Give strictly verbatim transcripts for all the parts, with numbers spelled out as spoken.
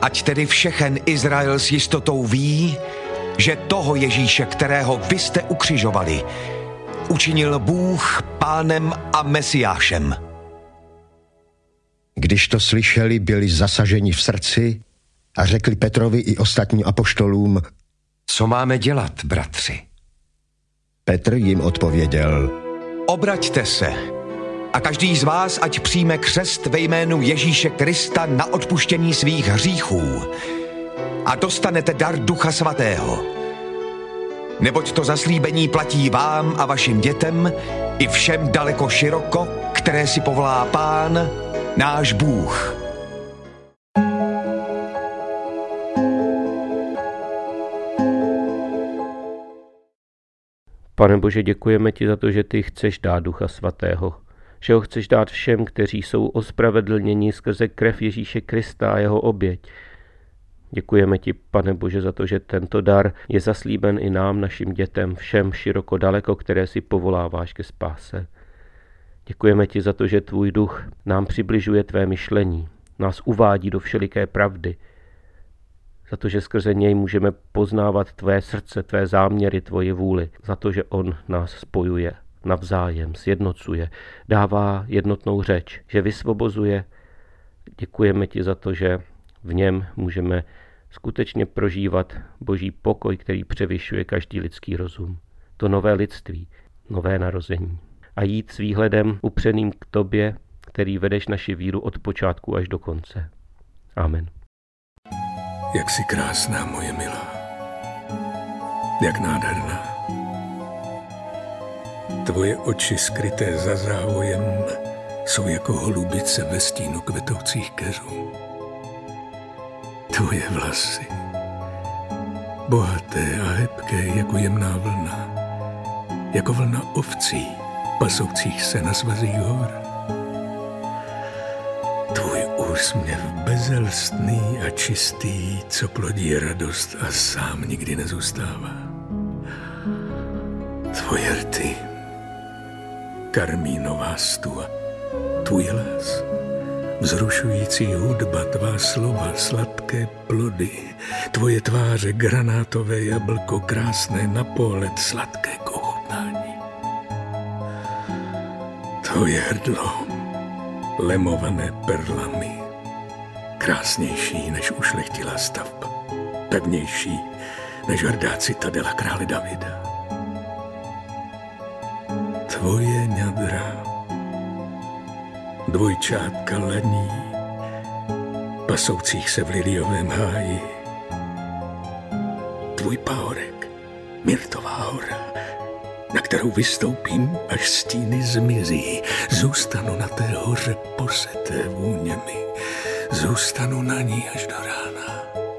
Ať tedy všechen Izrael s jistotou ví, že toho Ježíše, kterého vy jste ukřižovali, učinil Bůh pánem a Mesiášem. Když to slyšeli, byli zasaženi v srdci a řekli Petrovi i ostatním apoštolům: Co máme dělat, bratři? Petr jim odpověděl: Obraťte se a každý z vás ať přijme křest ve jménu Ježíše Krista na odpuštění svých hříchů a dostanete dar Ducha Svatého. Neboť to zaslíbení platí vám a vašim dětem i všem daleko široko, které si povolá Pán, náš Bůh. Pane Bože, děkujeme ti za to, že ty chceš dát Ducha Svatého, že ho chceš dát všem, kteří jsou ospravedlněni skrze krev Ježíše Krista a jeho oběť. Děkujeme ti, Pane Bože, za to, že tento dar je zaslíben i nám, našim dětem, všem široko daleko, které si povoláváš ke spáse. Děkujeme ti za to, že tvůj duch nám přibližuje tvé myšlení, nás uvádí do všeliké pravdy, za to, že skrze něj můžeme poznávat tvé srdce, tvé záměry, tvoje vůli, za to, že on nás spojuje navzájem, sjednocuje, dává jednotnou řeč, že vysvobozuje. Děkujeme ti za to, že v něm můžeme skutečně prožívat Boží pokoj, který převyšuje každý lidský rozum. To nové lidství, nové narození. A jít s výhledem upřeným k tobě, který vedeš naši víru od počátku až do konce. Amen. Jak jsi krásná, moje milá. Jak nádherná. Tvoje oči skryté za závojem jsou jako holubice ve stínu kvetoucích keřů. Tvoje vlasy, bohaté a hebké jako jemná vlna, jako vlna ovcí, pasoucích se na svazích hor. Tvůj úsměv bezelstný a čistý, co plodí radost a sám nikdy nezůstává. Tvoje rty, karmínová stuha, tvůj hlas, vzrušující hudba, tvá slova, sladké plody, tvoje tváře, granátové jablko, krásné na pohled, sladké k ochutnání. Tvoje hrdlo, lemované perlami, krásnější než ušlechtilá stavba, pevnější než hrdá citadela krále Davida. Tvoje ňadra, dvojčátka laní, pasoucích se v liliovém háji. Tvůj pahorek, myrtová hora, na kterou vystoupím, až stíny zmizí. Zůstanu na té hoře poseté vůněmi, zůstanu na ní až do rána.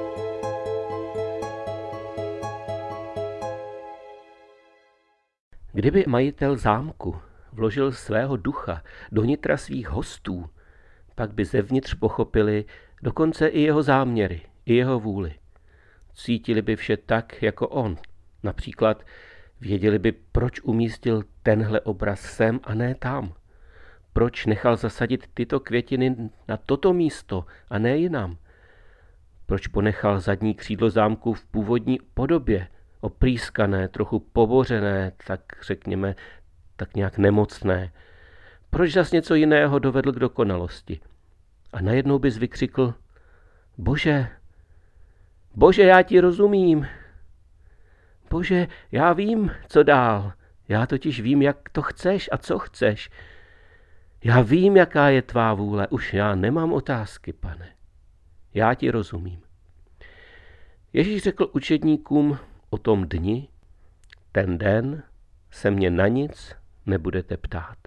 Kdyby majitel zámku vložil svého ducha do nitra svých hostů, pak by zevnitř pochopili dokonce i jeho záměry, i jeho vůli. Cítili by vše tak, jako on. Například věděli by, proč umístil tenhle obraz sem a ne tam. Proč nechal zasadit tyto květiny na toto místo a ne jinam. Proč ponechal zadní křídlo zámku v původní podobě, oprýskané, trochu pobořené, tak řekněme, tak nějak nemocné. Proč zas něco jiného dovedl k dokonalosti? A najednou bys vykřikl: Bože, Bože, já ti rozumím. Bože, já vím, co dál. Já totiž vím, jak to chceš a co chceš. Já vím, jaká je tvá vůle. Už já nemám otázky, Pane. Já ti rozumím. Ježíš řekl učedníkům o tom dni: ten den se mě na nic nebudete ptát.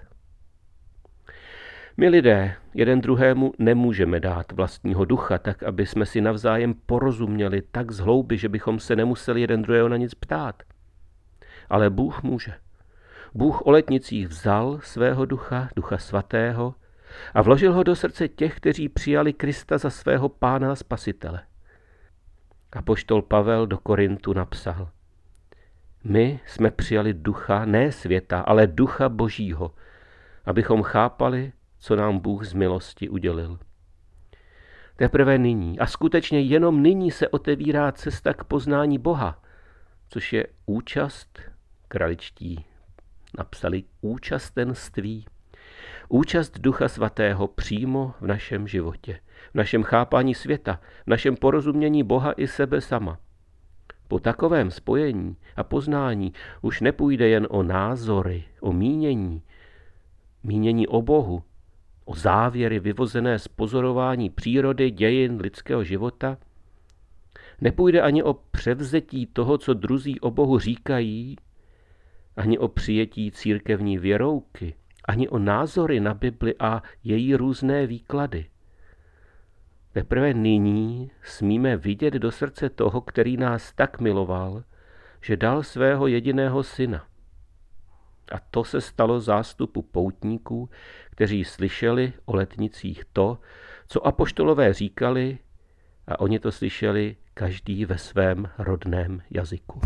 My lidé jeden druhému nemůžeme dát vlastního ducha, tak aby jsme si navzájem porozuměli tak z hlouby, že bychom se nemuseli jeden druhého na nic ptát. Ale Bůh může. Bůh o letnicích vzal svého ducha, Ducha Svatého, a vložil ho do srdce těch, kteří přijali Krista za svého Pána a Spasitele. Apoštol Pavel do Korintu napsal: My jsme přijali ducha ne světa, ale ducha Božího, abychom chápali, co nám Bůh z milosti udělil. Teprve nyní a skutečně jenom nyní se otevírá cesta k poznání Boha, což je účast, kraličtí napsali účastenství, účast Ducha Svatého přímo v našem životě, v našem chápání světa, v našem porozumění Boha i sebe sama. Po takovém spojení a poznání už nepůjde jen o názory, o mínění, mínění o Bohu, o závěry vyvozené z pozorování přírody, dějin lidského života. Nepůjde ani o převzetí toho, co druzí o Bohu říkají, ani o přijetí církevní věrouky, ani o názory na Bibli a její různé výklady. Teprve nyní smíme vidět do srdce toho, který nás tak miloval, že dal svého jediného syna. A to se stalo zástupu poutníků, kteří slyšeli o letnicích to, co apoštolové říkali, a oni to slyšeli každý ve svém rodném jazyku.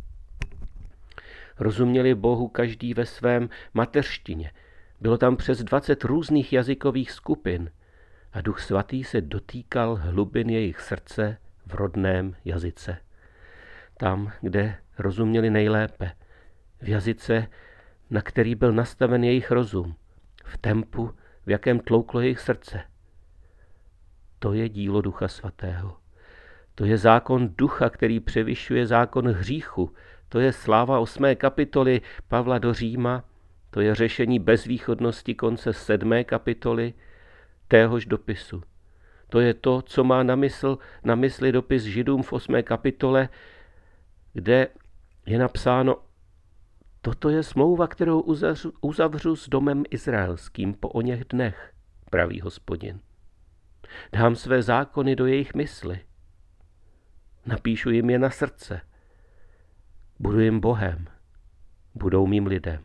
Rozuměli Bohu každý ve svém mateřštině. Bylo tam přes dvacet různých jazykových skupin a Duch Svatý se dotýkal hlubin jejich srdce v rodném jazyce. Tam, kde rozuměli nejlépe, v jazyce, na který byl nastaven jejich rozum, v tempu, v jakém tlouklo jejich srdce. To je dílo Ducha Svatého. To je zákon ducha, který převyšuje zákon hříchu. To je sláva osmé kapitoly Pavla do Říma. To je řešení bezvýchodnosti konce sedmé kapitoly téhož dopisu. To je to, co má na, mysl, na mysli dopis Židům v osmé kapitole, kde je napsáno: toto je smlouva, kterou uzavřu, uzavřu s domem izraelským po oněch dnech, pravý Hospodin. Dám své zákony do jejich mysli. Napíšu jim je na srdce. Budu jim Bohem. Budou mým lidem.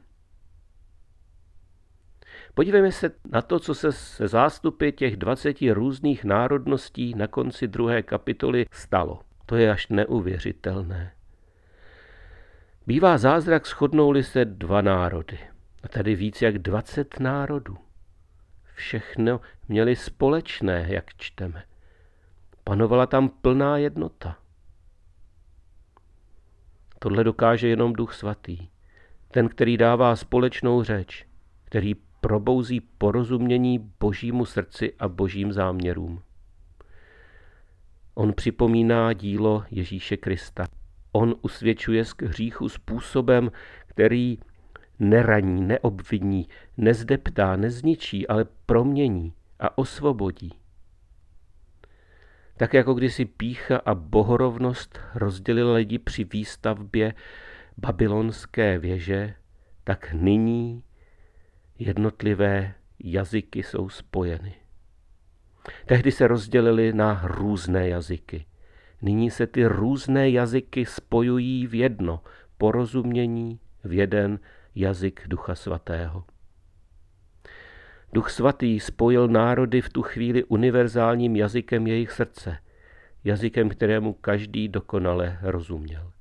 Podívejme se na to, co se se zástupy těch dvaceti různých národností na konci druhé kapitoly stalo. To je až neuvěřitelné. Bývá zázrak, shodnou-li se dva národy. A tady víc jak dvacet národů. Všechno měli společné, jak čteme. Panovala tam plná jednota. Tohle dokáže jenom Duch Svatý. Ten, který dává společnou řeč, který probouzí porozumění Božímu srdci a Božím záměrům. On připomíná dílo Ježíše Krista. On usvědčuje z hříchu způsobem, který neraní, neobviní, nezdeptá, nezničí, ale promění a osvobodí. Tak jako kdysi pýcha a bohorovnost rozdělila lidi při výstavbě babylonské věže, tak nyní jednotlivé jazyky jsou spojeny. Tehdy se rozdělili na různé jazyky. Nyní se ty různé jazyky spojují v jedno porozumění, v jeden jazyk Ducha Svatého. Duch Svatý spojil národy v tu chvíli univerzálním jazykem jejich srdce, jazykem, kterému každý dokonale rozuměl.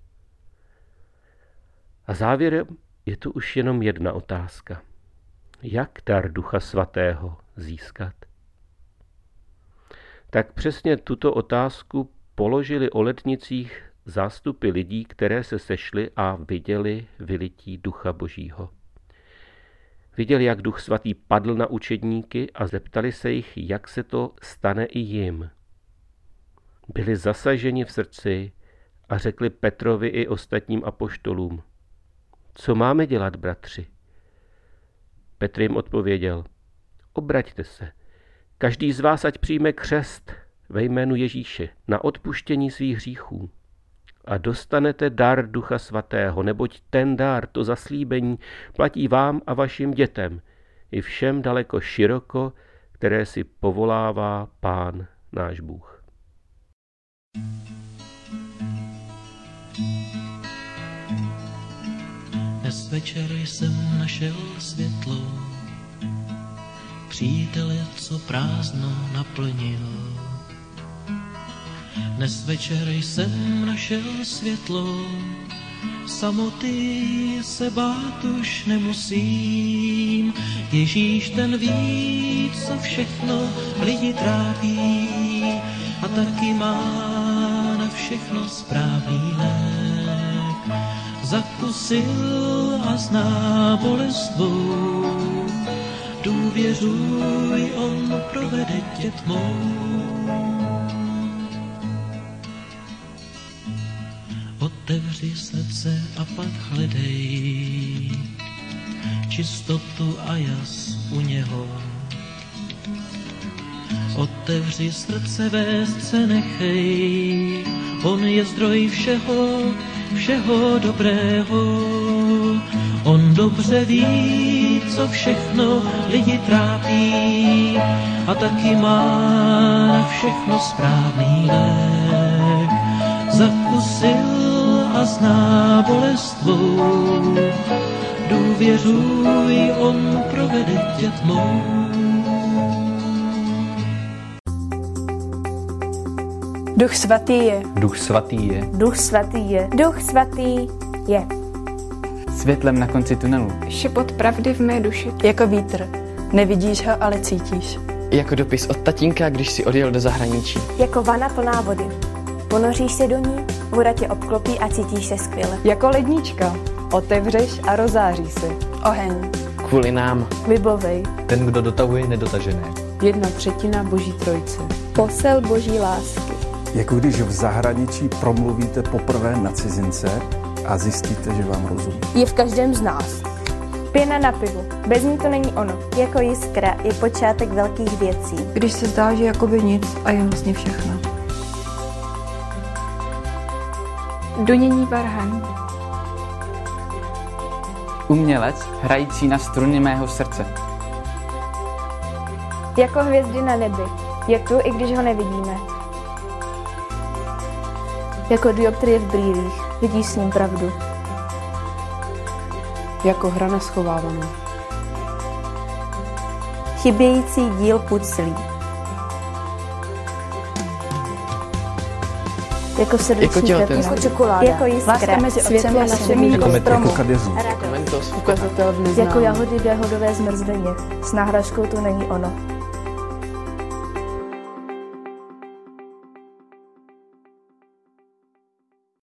A závěrem je tu už jenom jedna otázka. Jak dar Ducha Svatého získat? Tak přesně tuto otázku položili o letnicích zástupy lidí, které se sešly a viděli vylití Ducha Božího. Viděli, jak Duch Svatý padl na učedníky a zeptali se jich, jak se to stane i jim. Byli zasaženi v srdci a řekli Petrovi i ostatním apoštolům: co máme dělat, bratři? Petr jim odpověděl: obraťte se, každý z vás ať přijme křest ve jménu Ježíše na odpuštění svých hříchů a dostanete dar Ducha Svatého, neboť ten dar, to zaslíbení, platí vám a vašim dětem i všem daleko široko, které si povolává Pán náš Bůh. Dnes večer jsem našel světlo, přítele, co prázdno naplnil. Dnes večer jsem našel světlo, samoty se bát už nemusím. Ježíš ten ví, co všechno lidi trápí. taky má na všechno správný lék. Zakusil a zná bolest tvou, důvěřuj, on provede tě tmou. Otevři srdce a pak hledej čistotu a jas u něho. Otevři srdce, vést se nechej, on je zdroj všeho, všeho dobrého. On dobře ví, co všechno lidi trápí, a taky má na všechno správný lék. Zakusil a zná bolest tvou, důvěřuj, on provede tě tmou. Duch svatý je. Duch svatý je. Duch svatý je. Duch svatý je. Světlem na konci tunelu. Šepot pravdy v mé duši. Jako vítr. Nevidíš ho, ale cítíš. Jako dopis od tatínka, když si odjel do zahraničí. Jako vana plná vody. Ponoříš se do ní, voda tě obklopí a cítíš se skvěle. Jako lednička. Otevřeš a rozáří se. Oheň. Kvůli nám. Vybovej. Ten, kdo dotahuje nedotažené. Jedna třetina Boží trojice. Posel Boží lásky. Jako když v zahraničí promluvíte poprvé na cizince a zjistíte, že vám rozumí. Je v každém z nás. Pěna na pivu. Bez ní to není ono. Jako jiskra je počátek velkých věcí. Když se zdá, že jakoby nic a je vlastně všechno. Dunění varhan. Umělec, hrající na struny mého srdce. Jako hvězdy na nebi. Je tu, i když ho nevidíme. Jako dioptrie v brýlích. Vidíš s ním pravdu. Jako hra neschovávaná. Chybějící díl puclí. Jako srdeční jako teplo. Jako čokoláda. Jako jiskra. Mezi otcem a synem. Jako metr, jako kadeřník. Ukazatel v neznání. Jako jahody v jahodové zmrzlině. S náhražkou to není ono.